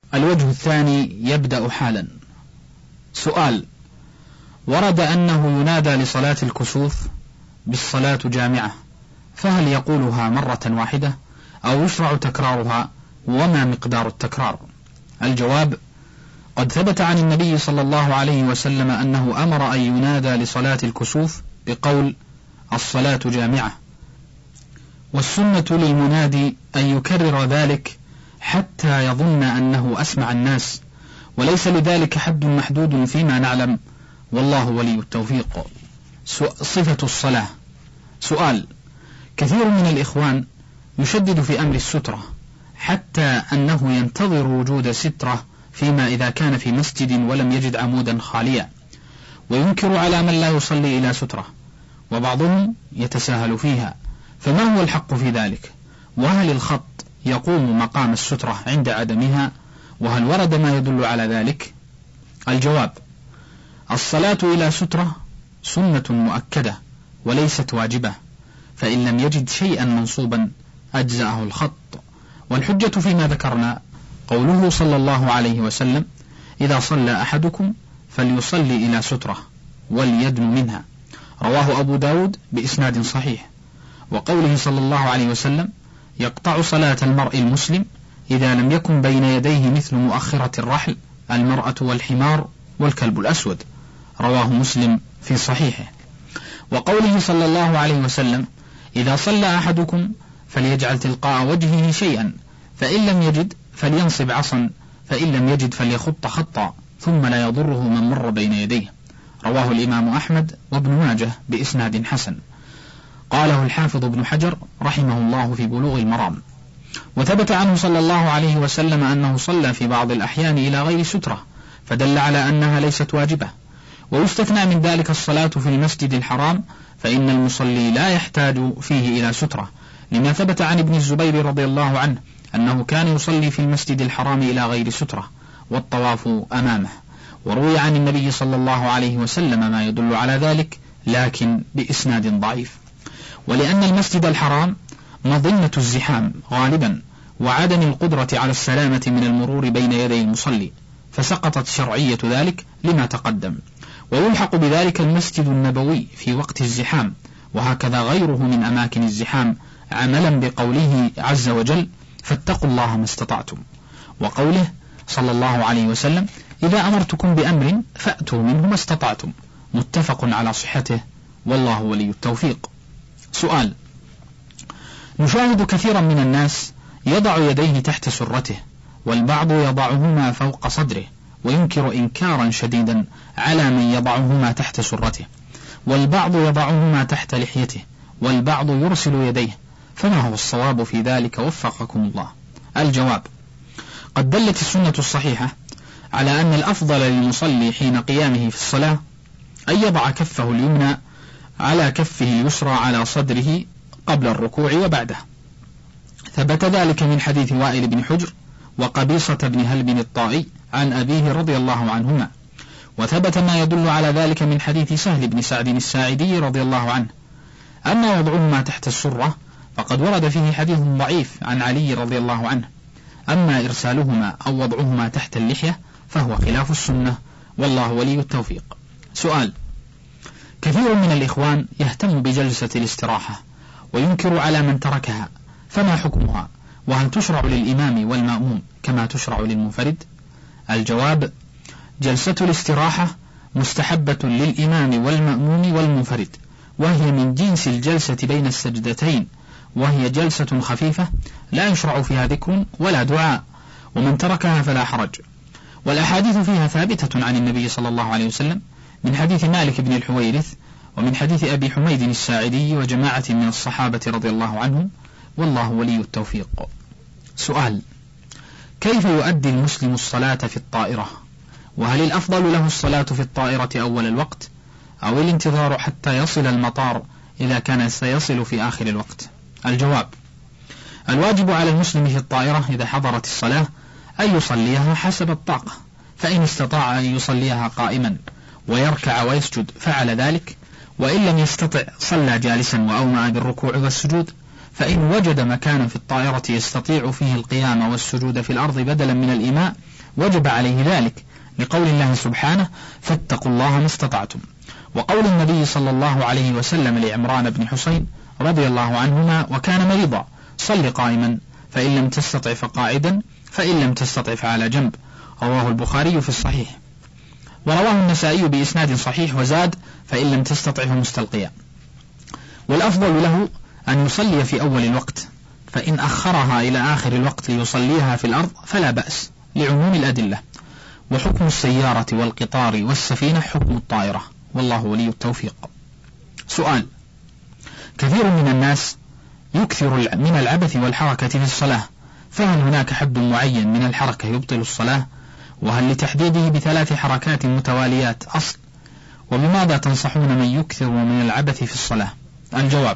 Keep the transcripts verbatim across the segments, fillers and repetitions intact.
الوجه الثاني يبدأ حالا. سؤال: ورد أنه ينادى لصلاة الكسوف بالصلاة جامعة، فهل يقولها مرة واحدة أو يشرع تكرارها، وما مقدار التكرار؟ الجواب: قد ثبت عن النبي صلى الله عليه وسلم أنه أمر أن ينادى لصلاة الكسوف بقول الصلاة جامعة، والسنة للمنادي أن يكرر ذلك حتى يظن أنه أسمع الناس، وليس لذلك حد محدود فيما نعلم، والله ولي التوفيق. صفة الصلاة. سؤال: كثير من الإخوان يشدد في أمر السترة حتى أنه ينتظر وجود سترة فيما إذا كان في مسجد ولم يجد عمودا خاليا، وينكر على من لا يصلي إلى سترة، وبعضهم يتساهل فيها، فما هو الحق في ذلك؟ وهل الخط يقوم مقام السترة عند عدمها؟ وهل ورد ما يدل على ذلك؟ الجواب: الصلاة إلى سترة سنة مؤكدة وليست واجبة، فإن لم يجد شيئا منصوبا أجزأه الخط، والحجة فيما ذكرنا قوله صلى الله عليه وسلم: إذا صلى أحدكم فليصلي إلى سترة وليدن منها، رواه أبو داود بإسناد صحيح. وقوله صلى الله عليه وسلم: يقطع صلاة المرء المسلم إذا لم يكن بين يديه مثل مؤخرة الرحل المرأة والحمار والكلب الأسود، رواه مسلم في صحيحه. وقوله صلى الله عليه وسلم: إذا صلى أحدكم فليجعل تلقاء وجهه شيئا، فإن لم يجد فلينصب عصا، فإن لم يجد فليخط خطا، ثم لا يضره من مر بين يديه، رواه الإمام أحمد وابن ماجه بإسناد حسن. قاله الحافظ ابن حجر رحمه الله في بلوغ المرام. وثبت عنه صلى الله عليه وسلم أنه صلى في بعض الأحيان إلى غير سترة، فدل على أنها ليست واجبة. ويستثنى من ذلك الصلاة في المسجد الحرام، فإن المصلي لا يحتاج فيه إلى سترة، لما ثبت عن ابن الزبير رضي الله عنه أنه كان يصلي في المسجد الحرام إلى غير سترة والطواف أمامه. وروي عن النبي صلى الله عليه وسلم ما يدل على ذلك، لكن بإسناد ضعيف. ولأن المسجد الحرام مظنة الزحام غالبا، وعدم القدرة على السلامة من المرور بين يدي المصلي، فسقطت شرعية ذلك لما تقدم. ويلحق بذلك المسجد النبوي في وقت الزحام، وهكذا غيره من أماكن الزحام، عملا بقوله عز وجل: فاتقوا الله ما استطعتم، وقوله صلى الله عليه وسلم: إذا أمرتكم بأمر فأتوا منه ما استطعتم، متفق على صحته، والله ولي التوفيق. سؤال: نشاهد كثيرا من الناس يضع يديه تحت سرته، والبعض يضعهما فوق صدره، وينكر إنكارا شديدا على من يضعهما تحت سرته، والبعض يضعهما تحت لحيته، والبعض يرسل يديه، فما هو الصواب في ذلك وفقكم الله؟ الجواب: قد دلت السنة الصحيحة على أن الأفضل للمصلي حين قيامه في الصلاة أن يضع كفه اليمنى على كفه اليسرى على صدره قبل الركوع وبعده. ثبت ذلك من حديث وائل بن حجر وقبيصة بن هلب الطائي عن أبيه رضي الله عنهما. وثبت ما يدل على ذلك من حديث سهل بن سعد الساعدي رضي الله عنه. أما وضعهما تحت السرة فقد ورد فيه حديث ضعيف عن علي رضي الله عنه. أما إرسالهما أو وضعهما تحت اللحية فهو خلاف السنة، والله ولي التوفيق. سؤال: كثير من الإخوان يهتم بجلسة الاستراحة وينكر على من تركها، فما حكمها؟ وهل تشرع للإمام والمأموم كما تشرع للمنفرد؟ الجواب: جلسة الاستراحة مستحبة للإمام والمأموم والمنفرد، وهي من جنس الجلسة بين السجدتين، وهي جلسة خفيفة لا يشرع فيها ذكر ولا دعاء، ومن تركها فلا حرج. والأحاديث فيها ثابتة عن النبي صلى الله عليه وسلم من حديث مالك بن الحويرث، ومن حديث أبي حميد الساعدي وجماعة من الصحابة رضي الله عنهم، والله ولي التوفيق. سؤال: كيف يؤدي المسلم الصلاة في الطائرة؟ وهل الأفضل له الصلاة في الطائرة أول الوقت أو الانتظار حتى يصل المطار إذا كان سيصل في آخر الوقت؟ الجواب: الواجب على المسلم في الطائرة إذا حضرت الصلاة أن يصليها حسب الطاقة، فإن استطاع أن يصليها قائما ويركع ويسجد فعل ذلك، وإن لم يستطع صلى جالسا وأومأ بالركوع والسجود. فإن وجد مكانا في الطائرة يستطيع فيه القيام والسجود في الأرض بدلا من الإيماء وجب عليه ذلك لقول الله سبحانه فاتقوا الله ما استطعتم، وقول النبي صلى الله عليه وسلم لعمران بن حسين رضي الله عنهما وكان مريضا صل قائما فإن لم تستطع فقاعدا فإن لم تستطع فعلى جنب، رواه البخاري في الصحيح. ورواه النسائي بإسناد صحيح وزاد فإن لم تستطع فمستلقيا. والأفضل له أن يصلي في أول الوقت، فإن أخرها إلى آخر الوقت ليصليها في الأرض فلا بأس لعموم الأدلة. وحكم السيارة والقطار والسفينة حكم الطائرة، والله ولي التوفيق. سؤال: كثير من الناس يكثر من العبث والحركة في الصلاة، فهل هناك حد معين من الحركة يبطل الصلاة؟ وهل لتحديده بثلاث حركات متواليات أصل؟ وبماذا تنصحون من يكثر من العبث في الصلاة؟ الجواب: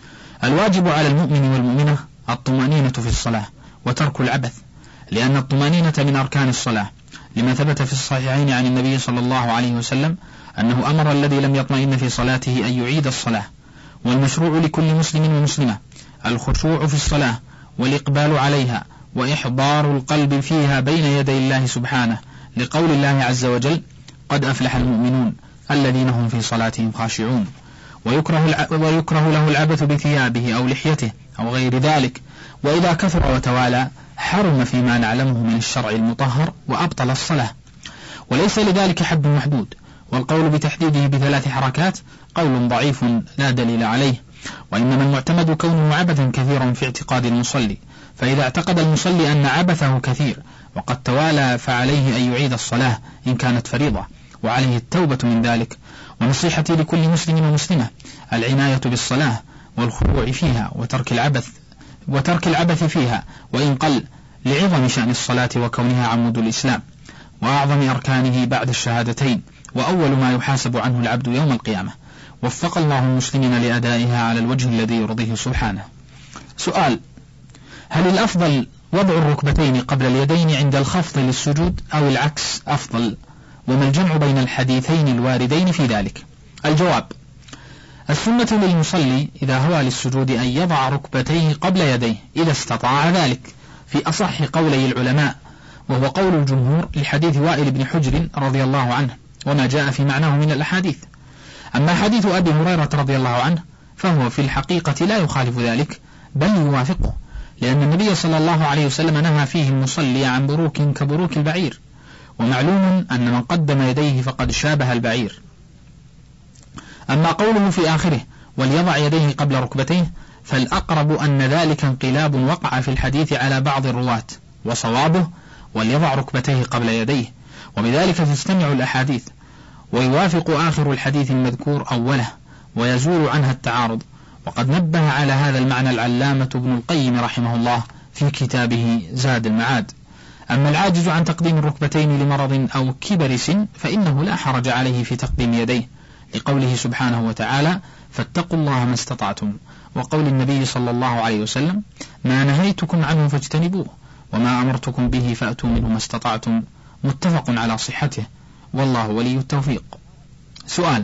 الواجب على المؤمن والمؤمنة الطمأنينة في الصلاة وترك العبث، لأن الطمأنينة من أركان الصلاة، لما ثبت في الصحيحين عن النبي صلى الله عليه وسلم أنه أمر الذي لم يطمئن في صلاته أن يعيد الصلاة. والمشروع لكل مسلم ومسلمة الخشوع في الصلاة والإقبال عليها وإحضار القلب فيها بين يدي الله سبحانه، لقول الله عز وجل قد أفلح المؤمنون الذين هم في صلاتهم خاشعون. ويكره, ويكره له العبث بثيابه أو لحيته أو غير ذلك، وإذا كثر وتوالى حرم فيما نعلمه من الشرع المطهر وأبطل الصلاة، وليس لذلك حد محدود. والقول بتحديده بثلاث حركات قول ضعيف لا دليل عليه، وإنما المعتمد كونه عبثا كثيرا في اعتقاد المصلي، فإذا اعتقد المصلي أن عبثه كثير وقد توالى فعليه أن يعيد الصلاة إن كانت فريضة، وعليه التوبة من ذلك. ونصيحتي لكل مسلم ومسلمة العناية بالصلاة والخضوع فيها وترك العبث وترك العبث فيها وإن قل، لعظم شأن الصلاة وكونها عمود الإسلام وأعظم أركانه بعد الشهادتين، وأول ما يحاسب عنه العبد يوم القيامة. وفق الله المسلمين لأدائها على الوجه الذي يرضيه سبحانه. سؤال: هل الأفضل وضع الركبتين قبل اليدين عند الخفض للسجود أو العكس أفضل؟ وما الجمع بين الحديثين الواردين في ذلك؟ الجواب: السنة للمصلي إذا هوى للسجود أن يضع ركبتيه قبل يديه إذا استطاع ذلك، في أصح قولي العلماء، وهو قول الجمهور لحديث وائل بن حجر رضي الله عنه وما جاء في معناه من الأحاديث. أما حديث أبي هريرة رضي الله عنه فهو في الحقيقة لا يخالف ذلك بل يوافقه، لأن النبي صلى الله عليه وسلم نهى فيه المصلي عن بروك كبروك البعير، ومعلوم أن من قدم يديه فقد شابه البعير. أما قوله في آخره وليضع يديه قبل ركبتيه فالأقرب أن ذلك انقلاب وقع في الحديث على بعض الرواة، وصوابه وليضع ركبتيه قبل يديه، وبذلك تجتمع الأحاديث، ويوافق آخر الحديث المذكور أوله ويزول عنها التعارض. وقد نبه على هذا المعنى العلامة ابن القيم رحمه الله في كتابه زاد المعاد. أما العاجز عن تقديم الركبتين لمرض أو كبر سن فإنه لا حرج عليه في تقديم يديه، لقوله سبحانه وتعالى فاتقوا الله ما استطعتم، وقول النبي صلى الله عليه وسلم ما نهيتكم عنه فاجتنبوه وما أمرتكم به فأتوا منه ما استطعتم، متفق على صحته، والله ولي التوفيق. سؤال: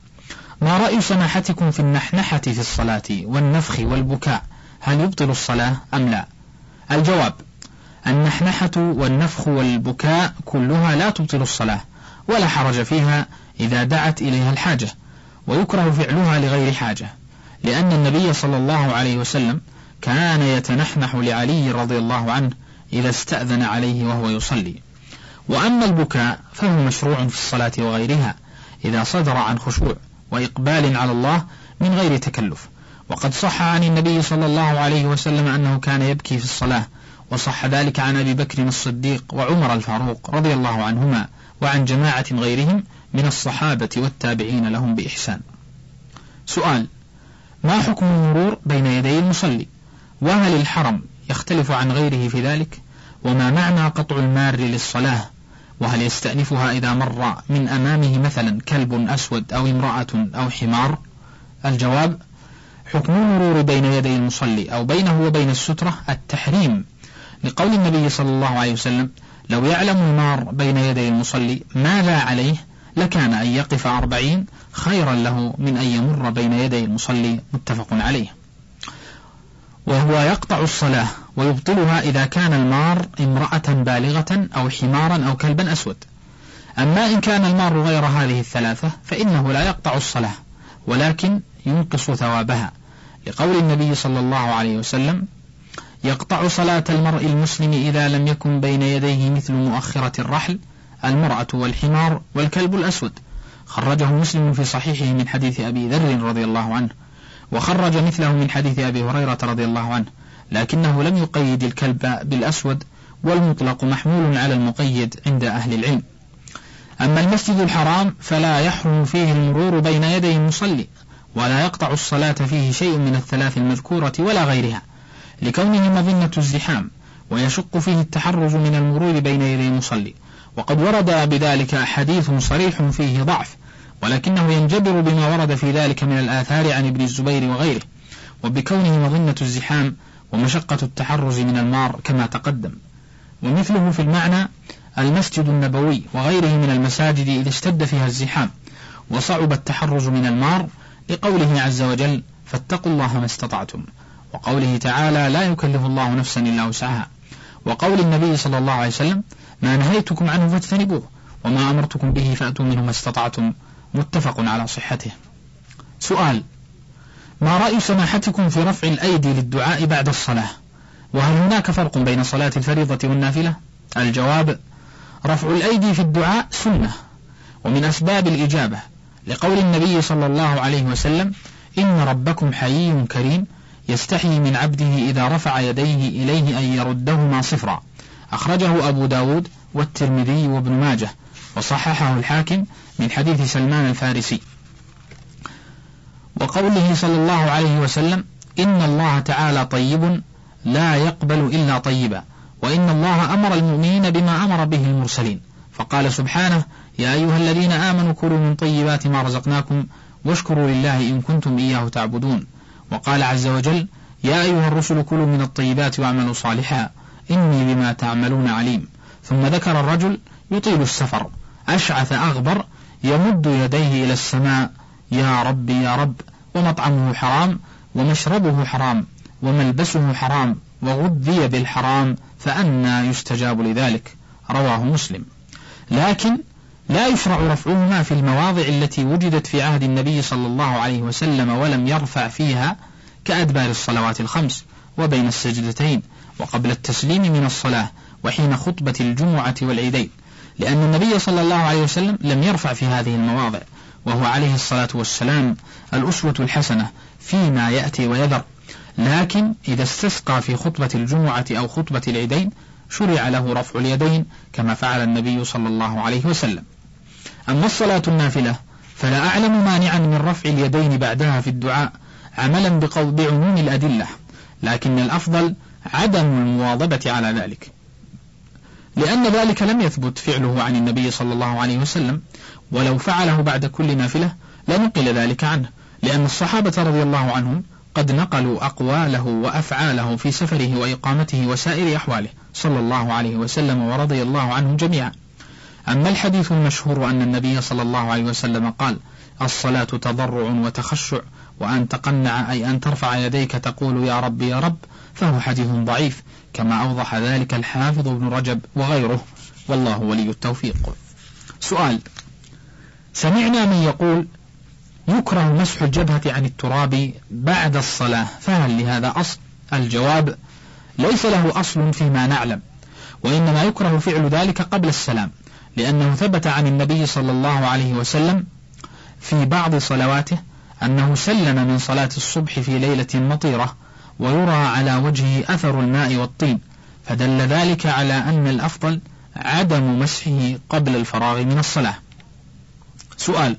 ما رأي سماحتكم في النحنحة في الصلاة والنفخ والبكاء، هل يبطل الصلاة أم لا؟ الجواب: النحنحة والنفخ والبكاء كلها لا تبطل الصلاة ولا حرج فيها إذا دعت إليها الحاجة، ويكره فعلها لغير حاجة، لأن النبي صلى الله عليه وسلم كان يتنحنح لعلي رضي الله عنه إذا استأذن عليه وهو يصلي. وأما البكاء فهو مشروع في الصلاة وغيرها إذا صدر عن خشوع وإقبال على الله من غير تكلف، وقد صح عن النبي صلى الله عليه وسلم أنه كان يبكي في الصلاة، وصح ذلك عن أبي بكر الصديق وعمر الفاروق رضي الله عنهما وعن جماعة غيرهم من الصحابة والتابعين لهم بإحسان. سؤال: ما حكم المرور بين يدي المصلي؟ وهل الحرم يختلف عن غيره في ذلك؟ وما معنى قطع المار للصلاة؟ وهل يستأنفها إذا مر من أمامه مثلا كلب أسود أو امرأة أو حمار؟ الجواب: حكم المرور بين يدي المصلي أو بينه وبين السترة التحريم، لقول النبي صلى الله عليه وسلم لو يعلم المار بين يدي المصلي ماذا عليه لكان أن يقف أربعين خيرا له من أن يمر بين يدي المصلي، متفق عليه. وهو يقطع الصلاة ويبطلها إذا كان المار امرأة بالغة أو حمارا أو كلبا أسود. أما إن كان المار غير هذه الثلاثة فإنه لا يقطع الصلاة ولكن ينقص ثوابها، لقول النبي صلى الله عليه وسلم: يقطع صلاة المرء المسلم إذا لم يكن بين يديه مثل مؤخرة الرحل المرأة والحمار والكلب الأسود. خرجه مسلم في صحيحه من حديث أبي ذر رضي الله عنه، وخرج مثله من حديث أبي هريرة رضي الله عنه، لكنه لم يقيد الكلب بالأسود، والمطلق محمول على المقيد عند أهل العلم. أما المسجد الحرام فلا يحرم فيه المرور بين يدي المصلي، ولا يقطع الصلاة فيه شيء من الثلاث المذكورة ولا غيرها، لكونه مظنة الزحام، ويشق فيه التحرز من المرور بين يدي المصلي، وقد ورد بذلك حديث صريح فيه ضعف، ولكنه ينجبر بما ورد في ذلك من الآثار عن ابن الزبير وغيره، وبكونه مظنة الزحام ومشقة التحرز من المار كما تقدم. ومثله في المعنى المسجد النبوي وغيره من المساجد إذا اشتد فيها الزحام وصعب التحرز من المار، لقوله عز وجل: فاتقوا الله ما استطعتم، وقوله تعالى: لا يكلف الله نفسا إلا وسعها، وقول النبي صلى الله عليه وسلم: ما نهيتكم عنه فاجتنبوه، وما أمرتكم به فأتوا منه ما استطعتم، متفق على صحته. سؤال: ما رأي سماحتكم في رفع الأيدي للدعاء بعد الصلاة؟ وهل هناك فرق بين صلاة الفريضة والنافلة؟ الجواب: رفع الأيدي في الدعاء سنة، ومن أسباب الإجابة، لقول النبي صلى الله عليه وسلم: إن ربكم حيي كريم يستحي من عبده إذا رفع يديه إليه أن يردهما صفرا. أخرجه أبو داود والترمذي وابن ماجه، وصححه الحاكم من حديث سلمان الفارسي. وقوله صلى الله عليه وسلم: إن الله تعالى طيب لا يقبل إلا طيبا، وإن الله أمر المؤمنين بما أمر به المرسلين، فقال سبحانه: يا أيها الذين آمنوا كلوا من طيبات ما رزقناكم واشكروا لله إن كنتم إياه تعبدون. وقال عز وجل: يا أيها الرسل كلوا من الطيبات واعملوا صالحا إني بما تعملون عليم. ثم ذكر الرجل يطيل السفر أشعث أغبر يمد يديه إلى السماء: يا رب يا رب، ومطعمه حرام ومشربه حرام وملبسه حرام وغذي بالحرام فأنى يستجاب لذلك. رواه مسلم. لكن لا يشرع رفعهما في المواضع التي وجدت في عهد النبي صلى الله عليه وسلم ولم يرفع فيها، كأدبار الصلوات الخمس وبين السجدتين وقبل التسليم من الصلاة وحين خطبة الجمعة والعيدين، لأن النبي صلى الله عليه وسلم لم يرفع في هذه المواضع، وهو عليه الصلاة والسلام الأسوة الحسنة فيما يأتي ويذر. لكن إذا استسقى في خطبة الجمعة أو خطبة العيدين شرع له رفع اليدين كما فعل النبي صلى الله عليه وسلم. أما الصلاة النافلة فلا أعلم مانعا من رفع اليدين بعدها في الدعاء عملا بعموم الأدلة، لكن الأفضل عدم المواظبة على ذلك، لأن ذلك لم يثبت فعله عن النبي صلى الله عليه وسلم، ولو فعله بعد كل نافلة لنقل ذلك عنه، لأن الصحابة رضي الله عنهم قد نقلوا أقواله وأفعاله في سفره وإقامته وسائر أحواله صلى الله عليه وسلم ورضي الله عنه جميعا. أما الحديث المشهور أن النبي صلى الله عليه وسلم قال: الصلاة تضرع وتخشع وأن تقنع، أي أن ترفع يديك تقول يا رب يا رب، فهو حديث ضعيف، كما أوضح ذلك الحافظ ابن رجب وغيره، والله ولي التوفيق. سؤال: سمعنا من يقول يكره مسح الجبهة عن التراب بعد الصلاة، فهل لهذا أصل؟ الجواب: ليس له أصل فيما نعلم، وإنما يكره فعل ذلك قبل السلام، لأنه ثبت عن النبي صلى الله عليه وسلم في بعض صلواته أنه سلم من صلاة الصبح في ليلة مطيرة ويرى على وجهه أثر الماء والطين، فدل ذلك على أن الأفضل عدم مسحه قبل الفراغ من الصلاة. سؤال: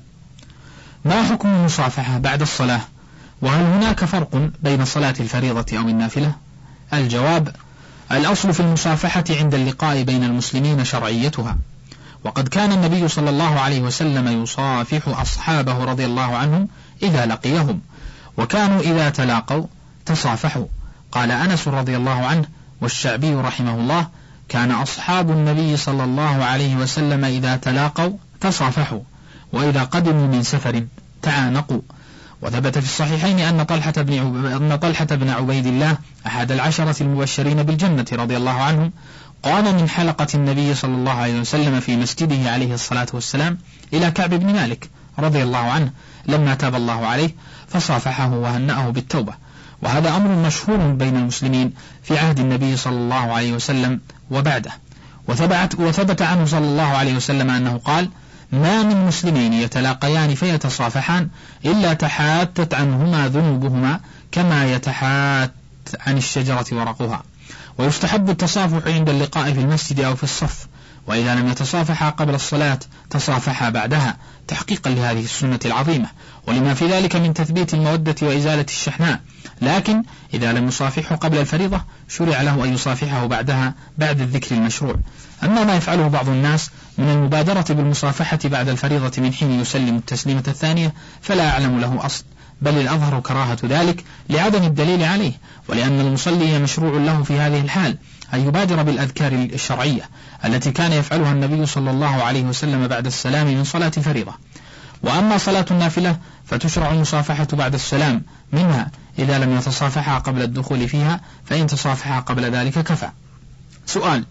ما حكم المصافحة بعد الصلاة؟ وهل هناك فرق بين صلاة الفريضة أو النافلة؟ الجواب: الأصل في المصافحة عند اللقاء بين المسلمين شرعيتها، وقد كان النبي صلى الله عليه وسلم يصافح أصحابه رضي الله عنهم إذا لقيهم، وكانوا إذا تلاقوا تصافحوا. قال أنس رضي الله عنه والشعبي رحمه الله: كان أصحاب النبي صلى الله عليه وسلم إذا تلاقوا تصافحوا، وإذا قدموا من سفر تعانقوا. وثبت في الصحيحين أن طلحة بن أن طلحة بن عبيد الله أحد العشرة المبشرين بالجنة رضي الله عنهم قام من حلقة النبي صلى الله عليه وسلم في مسجده عليه الصلاة والسلام إلى كعب بن مالك رضي الله عنه لما تاب الله عليه فصافحه وهنأه بالتوبة، وهذا أمر مشهور بين المسلمين في عهد النبي صلى الله عليه وسلم وبعده. وثبت, وثبت عنه صلى الله عليه وسلم أنه قال: ما من مسلمين يتلاقيان فيتصافحان إلا تحاتت عنهما ذنوبهما كما يتحات عن الشجرة ورقها. ويستحب التصافح عند اللقاء في المسجد أو في الصف، وإذا لم يتصافحا قبل الصلاة تصافحا بعدها تحقيقا لهذه السنة العظيمة، ولما في ذلك من تثبيت المودة وإزالة الشحناء. لكن إذا لم يصافحه قبل الفريضة شرع له أن يصافحه بعدها بعد الذكر المشروع. أما ما يفعله بعض الناس من المبادرة بالمصافحة بعد الفريضة من حين يسلم التسليمة الثانية فلا أعلم له أصل، بل الأظهر كراهة ذلك لعدم الدليل عليه، ولأن المصلي مشروع له في هذه الحال أن يبادر بالأذكار الشرعية التي كان يفعلها النبي صلى الله عليه وسلم بعد السلام من صلاة فريضة. وأما صلاة النافلة فتشرع المصافحة بعد السلام منها إذا لم يتصافحا قبل الدخول فيها، فإن تصافحا قبل ذلك كفى. سؤال: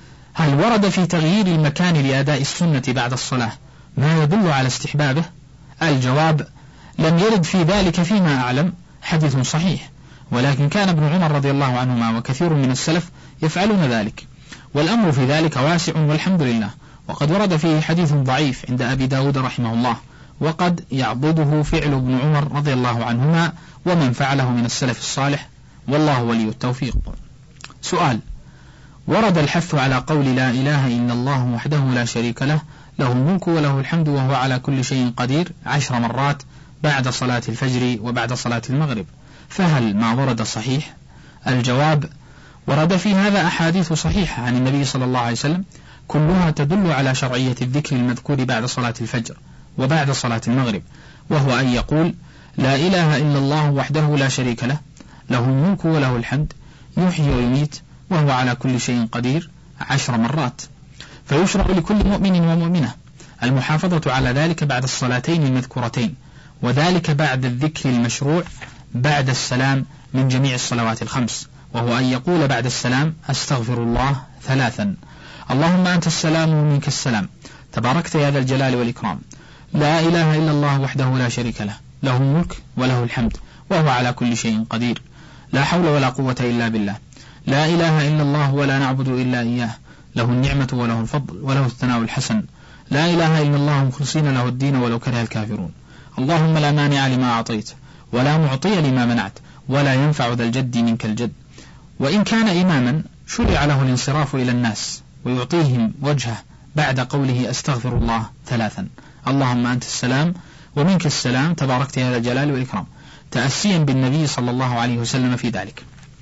هل ورد في تغيير المكان لأداء السنة بعد الصلاة ما يدل على استحبابه؟ الجواب: لم يرد في ذلك فيما أعلم حديث صحيح، ولكن كان ابن عمر رضي الله عنهما وكثير من السلف يفعلون ذلك، والأمر في ذلك واسع والحمد لله. وقد ورد فيه حديث ضعيف عند أبي داود رحمه الله، وقد يعضده فعل ابن عمر رضي الله عنهما ومن فعله من السلف الصالح، والله ولي التوفيق. سؤال: ورد الحث على قول لا إله إلا الله وحده لا شريك له له الملك وله الحمد وهو على كل شيء قدير عشر مرات بعد صلاة الفجر وبعد صلاة المغرب، فهل ما ورد صحيح؟ الجواب: ورد في هذا أحاديث صحيحة عن النبي صلى الله عليه وسلم كلها تدل على شرعية الذكر المذكور بعد صلاة الفجر وبعد صلاة المغرب، وهو أن يقول: لا إله إلا الله وحده لا شريك له له الملك وله الحمد يحيي ويميت وهو على كل شيء قدير عشر مرات. فيشرع لكل مؤمن ومؤمنة المحافظة على ذلك بعد الصلاتين المذكورتين، وذلك بعد الذكر المشروع بعد السلام من جميع الصلوات الخمس، وهو أن يقول بعد السلام: أستغفر الله ثلاثا، اللهم أنت السلام ومنك السلام، تباركت يا ذا الجلال والإكرام، لا إله إلا الله وحده لا شريك له له الملك وله الحمد وهو على كل شيء قدير، لا حول ولا قوة إلا بالله، لا إله إلا الله ولا نعبد إلا إياه، له النعمة وله الفضل وله الثناء الحسن، لا إله إلا الله مخلصين له الدين ولو كره الكافرون، اللهم لا مانع لما أعطيت ولا معطي لما منعت ولا ينفع ذا الجد منك الجد. وإن كان إماما شرع له الانصراف إلى الناس ويعطيهم وجهه بعد قوله أستغفر الله ثلاثا، اللهم أنت السلام ومنك السلام، تباركت يا ذا الجلال والإكرام، تأسيا بالنبي صلى الله عليه وسلم في ذلك.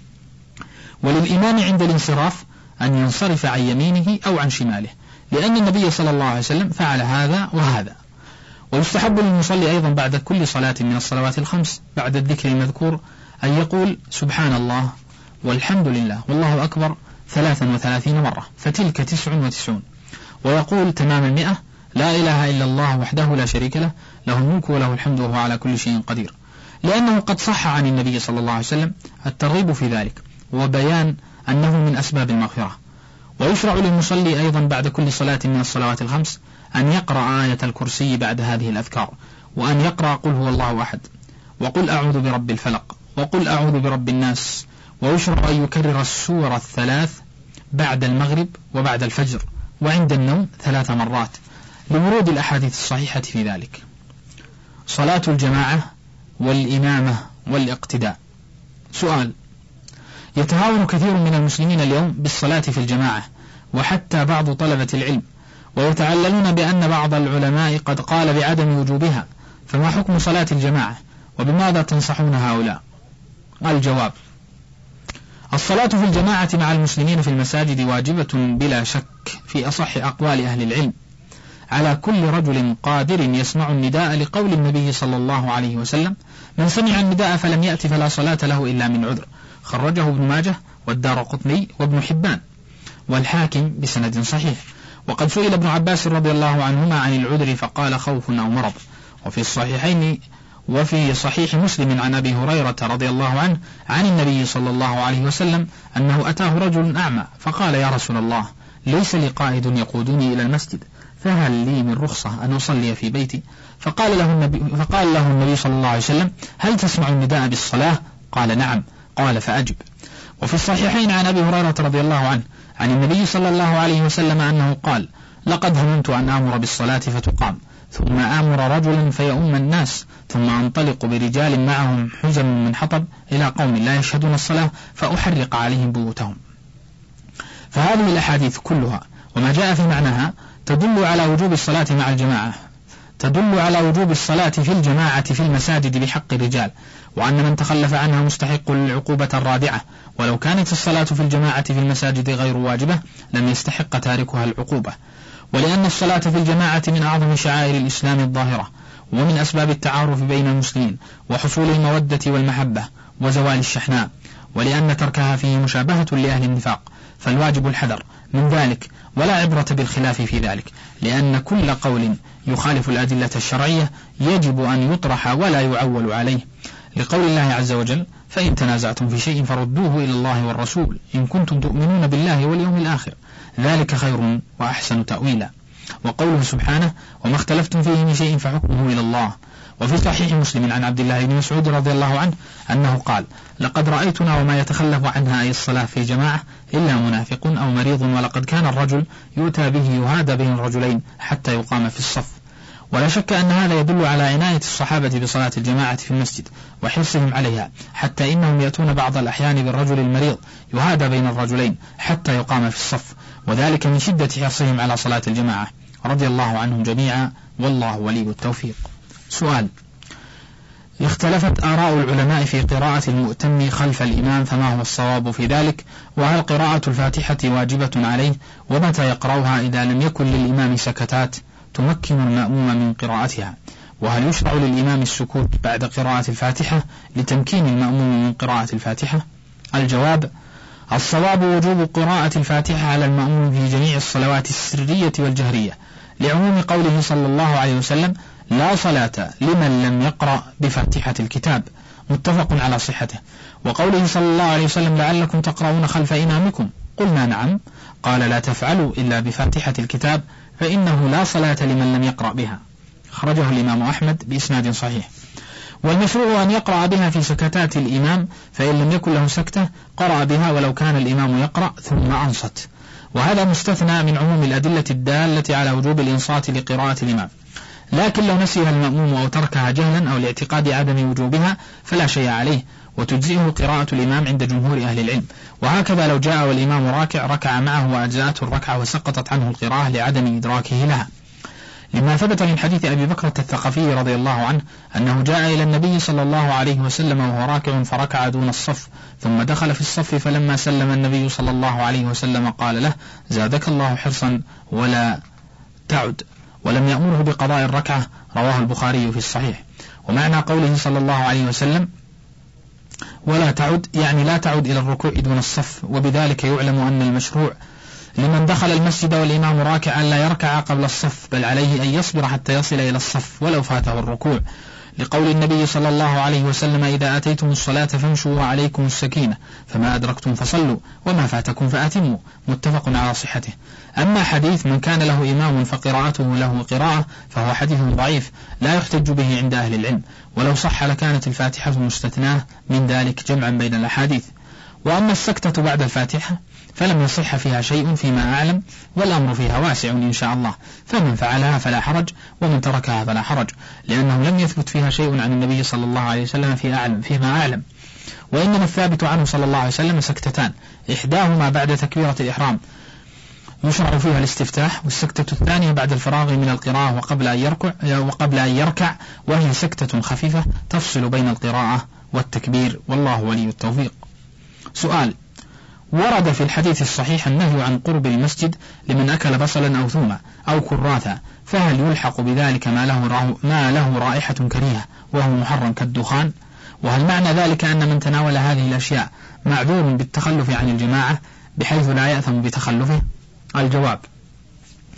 وللإمام عند الانصراف أن ينصرف عن يمينه أو عن شماله، لأن النبي صلى الله عليه وسلم فعل هذا وهذا. ويستحب للمصلي أيضا بعد كل صلاة من الصلوات الخمس بعد الذكر المذكور أن يقول سبحان الله والحمد لله والله أكبر ثلاثا وثلاثين مرة، فتلك تسع وتسعون. ويقول تمام المئة: لا إله إلا الله وحده لا شريك له له الملك وله الحمد وهو على كل شيء قدير، لأنه قد صح عن النبي صلى الله عليه وسلم الترغيب في ذلك وبيان أنه من أسباب المغفرة. ويشرع للمصلي أيضا بعد كل صلاة من الصلوات الخمس أن يقرأ آية الكرسي بعد هذه الأذكار، وأن يقرأ قل هو الله أحد، وقل أعوذ برب الفلق، وقل أعوذ برب الناس. ويشرع أن يكرر السورة الثلاث بعد المغرب وبعد الفجر وعند النوم ثلاث مرات لورود الأحاديث الصحيحة في ذلك. صلاة الجماعة والإمامة والاقتداء. سؤال: يتهاون كثير من المسلمين اليوم بالصلاة في الجماعة، وحتى بعض طلبة العلم، ويتعللون بأن بعض العلماء قد قال بعدم وجوبها، فما حكم صلاة الجماعة وبماذا تنصحون هؤلاء؟ الجواب: الصلاة في الجماعة مع المسلمين في المساجد واجبة بلا شك في أصح أقوال أهل العلم على كل رجل قادر يسمع النداء، لقول النبي صلى الله عليه وسلم: من سمع النداء فلم يأت فلا صلاة له إلا من عذر، خرجه ابن ماجه والدارقطني وابن حبان والحاكم بسند صحيح. وقد سئل ابن عباس رضي الله عنهما عن العذر فقال: خوف أو مرض. وفي الصحيحين وفي صحيح مسلم عن أبي هريرة رضي الله عنه عن النبي صلى الله عليه وسلم أنه أتاه رجل أعمى فقال: يا رسول الله، ليس لي قائد يقودني إلى المسجد، فهل لي من رخصة أن أصلي في بيتي؟ فقال له النبي, فقال له النبي صلى الله عليه وسلم: هل تسمع النداء بالصلاة؟ قال: نعم. قال: فأجب. وفي الصحيحين عن أبي هريرة رضي الله عنه عن النبي صلى الله عليه وسلم أنه قال: لقد هممت أن آمر بالصلاة فتقام، ثم آمر رجلا فيؤم الناس، ثم أنطلق برجال معهم حزم من حطب إلى قوم لا يشهدون الصلاة فأحرق عليهم بيوتهم. فهذه الأحاديث كلها وما جاء في معناها تدل على وجوب الصلاة مع الجماعة، تدل على وجوب الصلاة في الجماعة في المساجد بحق الرجال، وأن من تخلف عنها مستحق للعقوبة الرادعة، ولو كانت الصلاة في الجماعة في المساجد غير واجبة لم يستحق تاركها العقوبة. ولأن الصلاة في الجماعة من أعظم شعائر الإسلام الظاهرة، ومن أسباب التعارف بين المسلمين وحصول المودة والمحبة وزوال الشحناء، ولأن تركها فيه مشابهة لأهل النفاق، فالواجب الحذر من ذلك، ولا عبرة بالخلاف في ذلك، لأن كل قول يخالف الأدلة الشرعية يجب أن يطرح ولا يعول عليه، لقول الله عز وجل: فإن تنازعتم في شيء فردوه إلى الله والرسول إن كنتم تؤمنون بالله واليوم الآخر، ذلك خير وأحسن تأويلا. وقوله سبحانه: وما اختلفتم فيه من شيء فحكمه إلى الله. وفي صحيح مسلم عن عبد الله بن مسعود رضي الله عنه أنه قال: لقد رأيتنا وما يتخلف عنها أي الصلاة في جماعة إلا منافق أو مريض، ولقد كان الرجل يؤتى به يهادى بين الرجلين حتى يقام في الصف. ولا شك أن هذا يدل على عناية الصحابة بصلاة الجماعة في المسجد وحرصهم عليها، حتى إنهم يأتون بعض الأحيان بالرجل المريض يهادى بين الرجلين حتى يقام في الصف، وذلك من شدة حرصهم على صلاة الجماعة رضي الله عنهم جميعا، والله ولي التوفيق. سؤال: اختلفت آراء العلماء في قراءة المؤتم خلف الإمام، فما هو الصواب في ذلك؟ وهل قراءة الفاتحة واجبة عليه؟ ومتى يقرأها إذا لم يكن للإمام سكتات تمكن المأموم من قراءتها؟ وهل يشرع للإمام السكوت بعد قراءة الفاتحة لتمكين المأموم من قراءة الفاتحة؟ الجواب: الصواب وجوب قراءة الفاتحة على المأموم في جميع الصلوات السرية والجهرية، لعموم قوله صلى الله عليه وسلم: لا صلاة لمن لم يقرأ بفاتحة الكتاب، متفق على صحته. وقوله صلى الله عليه وسلم: لعلكم تقرؤون خلف إمامكم، قلنا نعم، قال: لا تفعلوا إلا بفاتحة الكتاب فإنه لا صلاة لمن لم يقرأ بها، خرجه الإمام أحمد بإسناد صحيح. والمشروع أن يقرأ بها في سكتات الإمام، فإن لم يكن له سكتة قرأ بها ولو كان الإمام يقرأ ثم أنصت، وهذا مستثنى من عموم الأدلة الدالة على وجوب الإنصات لقراءة الإمام. لكن لو نسيها المأموم أو تركها جهلا أو لاعتقاد عدم وجوبها فلا شيء عليه، وتجزئه قراءة الإمام عند جمهور أهل العلم. وهكذا لو جاء والإمام راكع ركع معه وأجزأته الركعة وسقطت عنه القراءة لعدم إدراكه لها، لما ثبت من حديث أبي بكرة الثقفي رضي الله عنه أنه جاء إلى النبي صلى الله عليه وسلم وهو راكع فركع دون الصف، ثم دخل في الصف، فلما سلم النبي صلى الله عليه وسلم قال له: زادك الله حرصا ولا تعد، ولم يأمره بقضاء الركعة، رواه البخاري في الصحيح. ومعنى قوله صلى الله عليه وسلم ولا تعد يعني لا تعد إلى الركوع دون الصف، وبذلك يعلم أن المشروع لمن دخل المسجد والإمام راكعا لا يركع قبل الصف، بل عليه أن يصبر حتى يصل إلى الصف ولو فاته الركوع، لقول النبي صلى الله عليه وسلم: إذا أتيتم الصلاة فامشوا وعليكم السكينة، فما أدركتم فصلوا وما فاتكم فأتموا، متفق على صحته. أما حديث من كان له إمام فقراءته له قراءة فهو حديث ضعيف لا يحتج به عند أهل العلم، ولو صح لكانت الفاتحة مستثناة من ذلك جمعا بين الأحاديث. وأما السكتة بعد الفاتحة فلم يصح فيها شيء فيما أعلم، والأمر فيها واسع إن شاء الله، فمن فعلها فلا حرج ومن تركها فلا حرج، لأنه لم يثبت فيها شيء عن النبي صلى الله عليه وسلم في أعلم فيما أعلم. وإنما الثابت عنه صلى الله عليه وسلم سكتتان، إحداهما بعد تكبيرة الإحرام يشرع فيها الاستفتاح، والسكتة الثانية بعد الفراغ من القراءة وقبل أن يركع وقبل أن يركع وهي سكتة خفيفة تفصل بين القراءة والتكبير، والله ولي التوفيق. سؤال: ورد في الحديث الصحيح النهي عن قرب المسجد لمن أكل بصلا أو ثوما أو كراثا، فهل يلحق بذلك ما له, ما له رائحة كريهة وهو محرم كالدخان؟ وهل معنى ذلك أن من تناول هذه الأشياء معذور بالتخلف عن الجماعة بحيث لا يأثم بتخلفه؟ الجواب: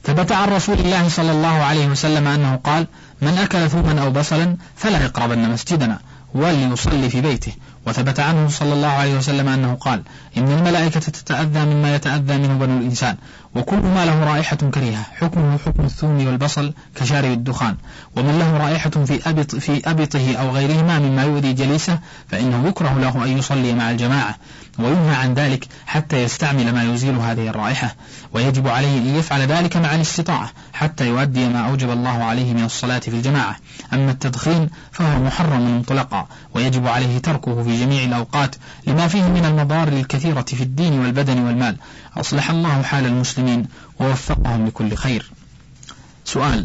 ثبت عن رسول الله صلى الله عليه وسلم أنه قال: من أكل ثوما أو بصلا فلا يقربن مسجدنا وليصلي في بيته. وثبت عنه صلى الله عليه وسلم أنه قال: إن الملائكة تتأذى مما يتأذى منه بنو الإنسان، وكل ما له رائحة كريهة حكمه حكم الثوم والبصل كشارب الدخان، ومن له رائحة في أبط في أبطه أو غيرهما مما يؤذي جليسه فإنه يكره له أن يصلي مع الجماعة، وينهى عن ذلك حتى يستعمل ما يزيل هذه الرائحة، ويجب عليه أن يفعل ذلك مع الاستطاعة حتى يؤدي ما أوجب الله عليه من الصلاة في الجماعة. أما التدخين فهو محرم مطلقا، ويجب عليه تركه في جميع الأوقات لما فيه من المضار الكثيرة في الدين والبدن والمال. أصلح الله حال المسلمين ووفقهم لكل خير. سؤال: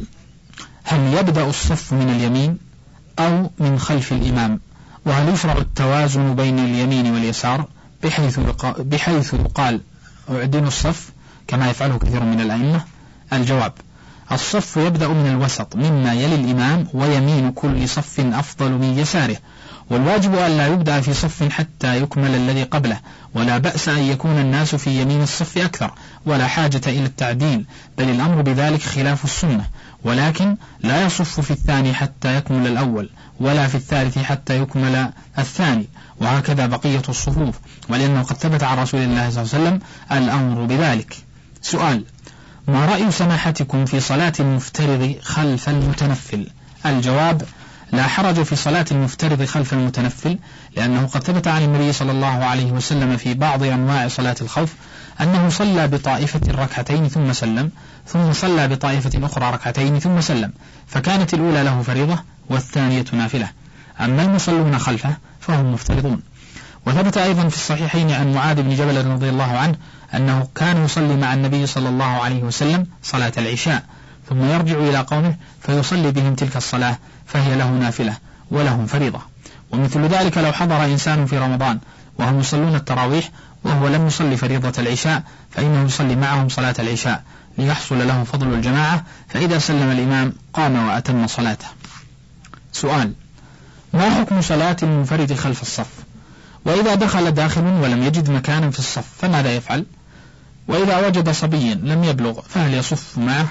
هل يبدأ الصف من اليمين أو من خلف الإمام؟ وهل يشرع التوازن بين اليمين واليسار بحيث بحيث يقال اعدلوا الصف كما يفعله كثير من الأئمة؟ الجواب: الصف يبدأ من الوسط مما يلي الإمام، ويمين كل صف أفضل من يساره، والواجب أن لا يبدأ في صف حتى يكمل الذي قبله، ولا بأس أن يكون الناس في يمين الصف أكثر، ولا حاجة إلى التعديل، بل الأمر بذلك خلاف السنة. ولكن لا يصف في الثاني حتى يكمل الأول، ولا في الثالث حتى يكمل الثاني، وهكذا بقية الصفوف، ولأنه قد ثبت عن رسول الله صلى الله عليه وسلم الأمر بذلك. سؤال: ما رأي سماحتكم في صلاة المفترض خلف المتنفل؟ الجواب: لا حرج في صلاة المفترض خلف المتنفل، لأنه قد ثبت عن النبي صلى الله عليه وسلم في بعض أنواع صلاة الخوف أنه صلى بطائفة ركعتين ثم سلم، ثم صلى بطائفة أخرى ركعتين ثم سلم، فكانت الأولى له فريضة والثانية نافلة. أما المصلون خلفه فهم مفترضون. وثبت أيضا في الصحيحين عن معاذ بن جبل رضي الله عنه أنه كان يصلي مع النبي صلى الله عليه وسلم صلاة العشاء، ثم يرجع إلى قومه فيصلي بهم تلك الصلاة، فهي له نافلة ولهم فريضة. ومثل ذلك لو حضر إنسان في رمضان وهم يصلون التراويح وهو لم يصلي فريضة العشاء فإنه يصلي معهم صلاة العشاء ليحصل له فضل الجماعة، فإذا سلم الإمام قام وأتم صلاته. سؤال: ما حكم صلاة المنفرد خلف الصف؟ وإذا دخل داخل ولم يجد مكانا في الصف فماذا يفعل؟ وإذا وجد صبيا لم يبلغ فهل يصف معه؟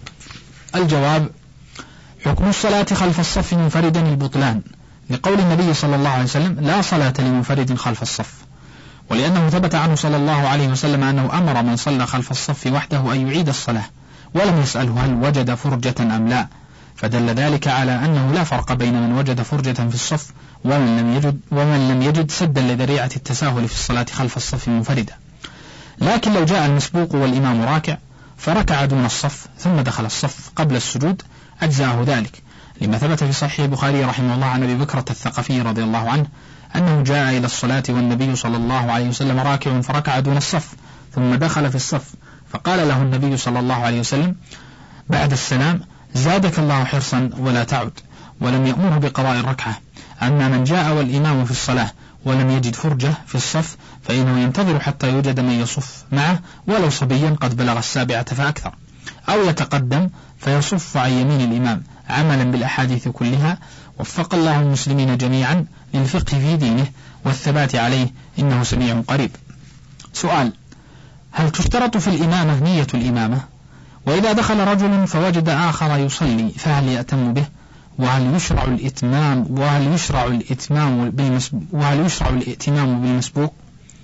الجواب: حكم الصلاة خلف الصف منفردا البطلان، لقول النبي صلى الله عليه وسلم: لا صلاة لمنفرد خلف الصف، ولأنه ثبت عنه صلى الله عليه وسلم أنه أمر من صلى خلف الصف وحده أن يعيد الصلاة، ولم يسأله هل وجد فرجة أم لا، فدل ذلك على أنه لا فرق بين من وجد فرجة في الصف ومن لم يجد, ومن لم يجد سدا لذريعة التساهل في الصلاة خلف الصف منفردا. لكن لو جاء المسبوق والإمام راكع فركع دون الصف ثم دخل الصف قبل السجود أجزاه ذلك، لما ثبت في صحيح البخاري رحمه الله عن أبي بكرة الثقفي رضي الله عنه أنه جاء إلى الصلاة والنبي صلى الله عليه وسلم راكع فركع دون الصف ثم دخل في الصف، فقال له النبي صلى الله عليه وسلم بعد السلام: زادك الله حرصا ولا تعد، ولم يأمره بقضاء الركعة. أما من جاء والإمام في الصلاة ولم يجد فرجة في الصف فإنه ينتظر حتى يوجد من يصف معه ولو صبيا قد بلغ السابعة فأكثر، أو يتقدم فيصف عن يمين الإمام عملا بالأحاديث كلها. وفق الله المسلمين جميعا للفقه في دينه والثبات عليه، إنه سميع قريب. سؤال: هل تشترط في الإمامة نية الإمامة؟ وإذا دخل رجل فوجد آخر يصلي فهل يأتم به؟ وهل يشرع الإتمام وهل يشرع الإتمام بالمسبوق وهل يشرع الائتمام بالمسبوق؟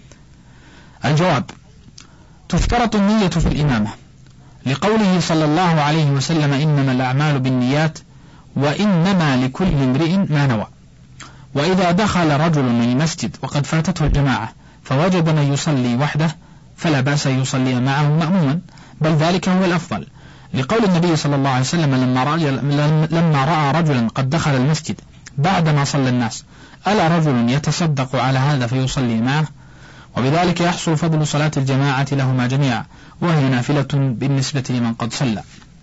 الجواب: تشترط النية في الإمامة، لقوله صلى الله عليه وسلم: إنما الأعمال بالنيات وإنما لكل امرئ ما نوى. وإذا دخل رجل من المسجد وقد فاتته الجماعة فوجد من يصلي وحده فلا بأس أن يصلي معه مأموما، بل ذلك هو الأفضل، لقول النبي صلى الله عليه وسلم لما رأى, لما رأى رجلا قد دخل المسجد بعدما صلى الناس: ألا رجل يتصدق على هذا فيصلي معه؟ وبذلك يحصل فضل صلاة الجماعة لهما جميعا، وهي نافلة بالنسبة لمن قد صلى.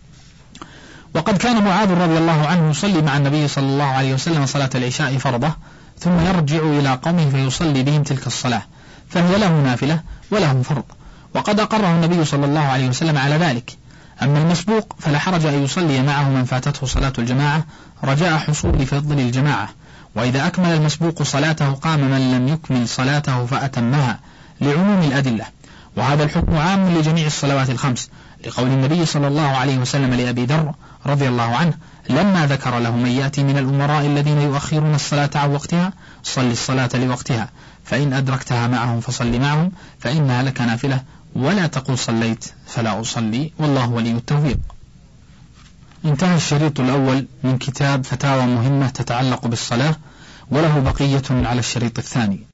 وقد كان معاذ رضي الله عنه يصلي مع النبي صلى الله عليه وسلم صلاة العشاء فرضة ثم يرجع إلى قومه فيصلي بهم تلك الصلاة، فهي له نافلة ولهم فرض، وقد أقره النبي صلى الله عليه وسلم على ذلك. أما المسبوق فلا حرج أن يصلي معه من فاتته صلاة الجماعة رجاء حصول فضل الجماعة، وإذا أكمل المسبوق صلاته قام من لم يكمل صلاته فأتمها، لعموم الأدلة. وهذا الحكم عام لجميع الصلوات الخمس، لقول النبي صلى الله عليه وسلم لأبي ذر رضي الله عنه لما ذكر له من يأتي من الأمراء الذين يؤخرون الصلاة عن وقتها: صل الصلاة لوقتها، فإن أدركتها معهم فصل معهم، فإنها لك نافلة، ولا تقل صليت فلا أصلي، والله ولي التوفيق. انتهى الشريط الأول من كتاب فتاوى مهمة تتعلق بالصلاة، وله بقية على الشريط الثاني.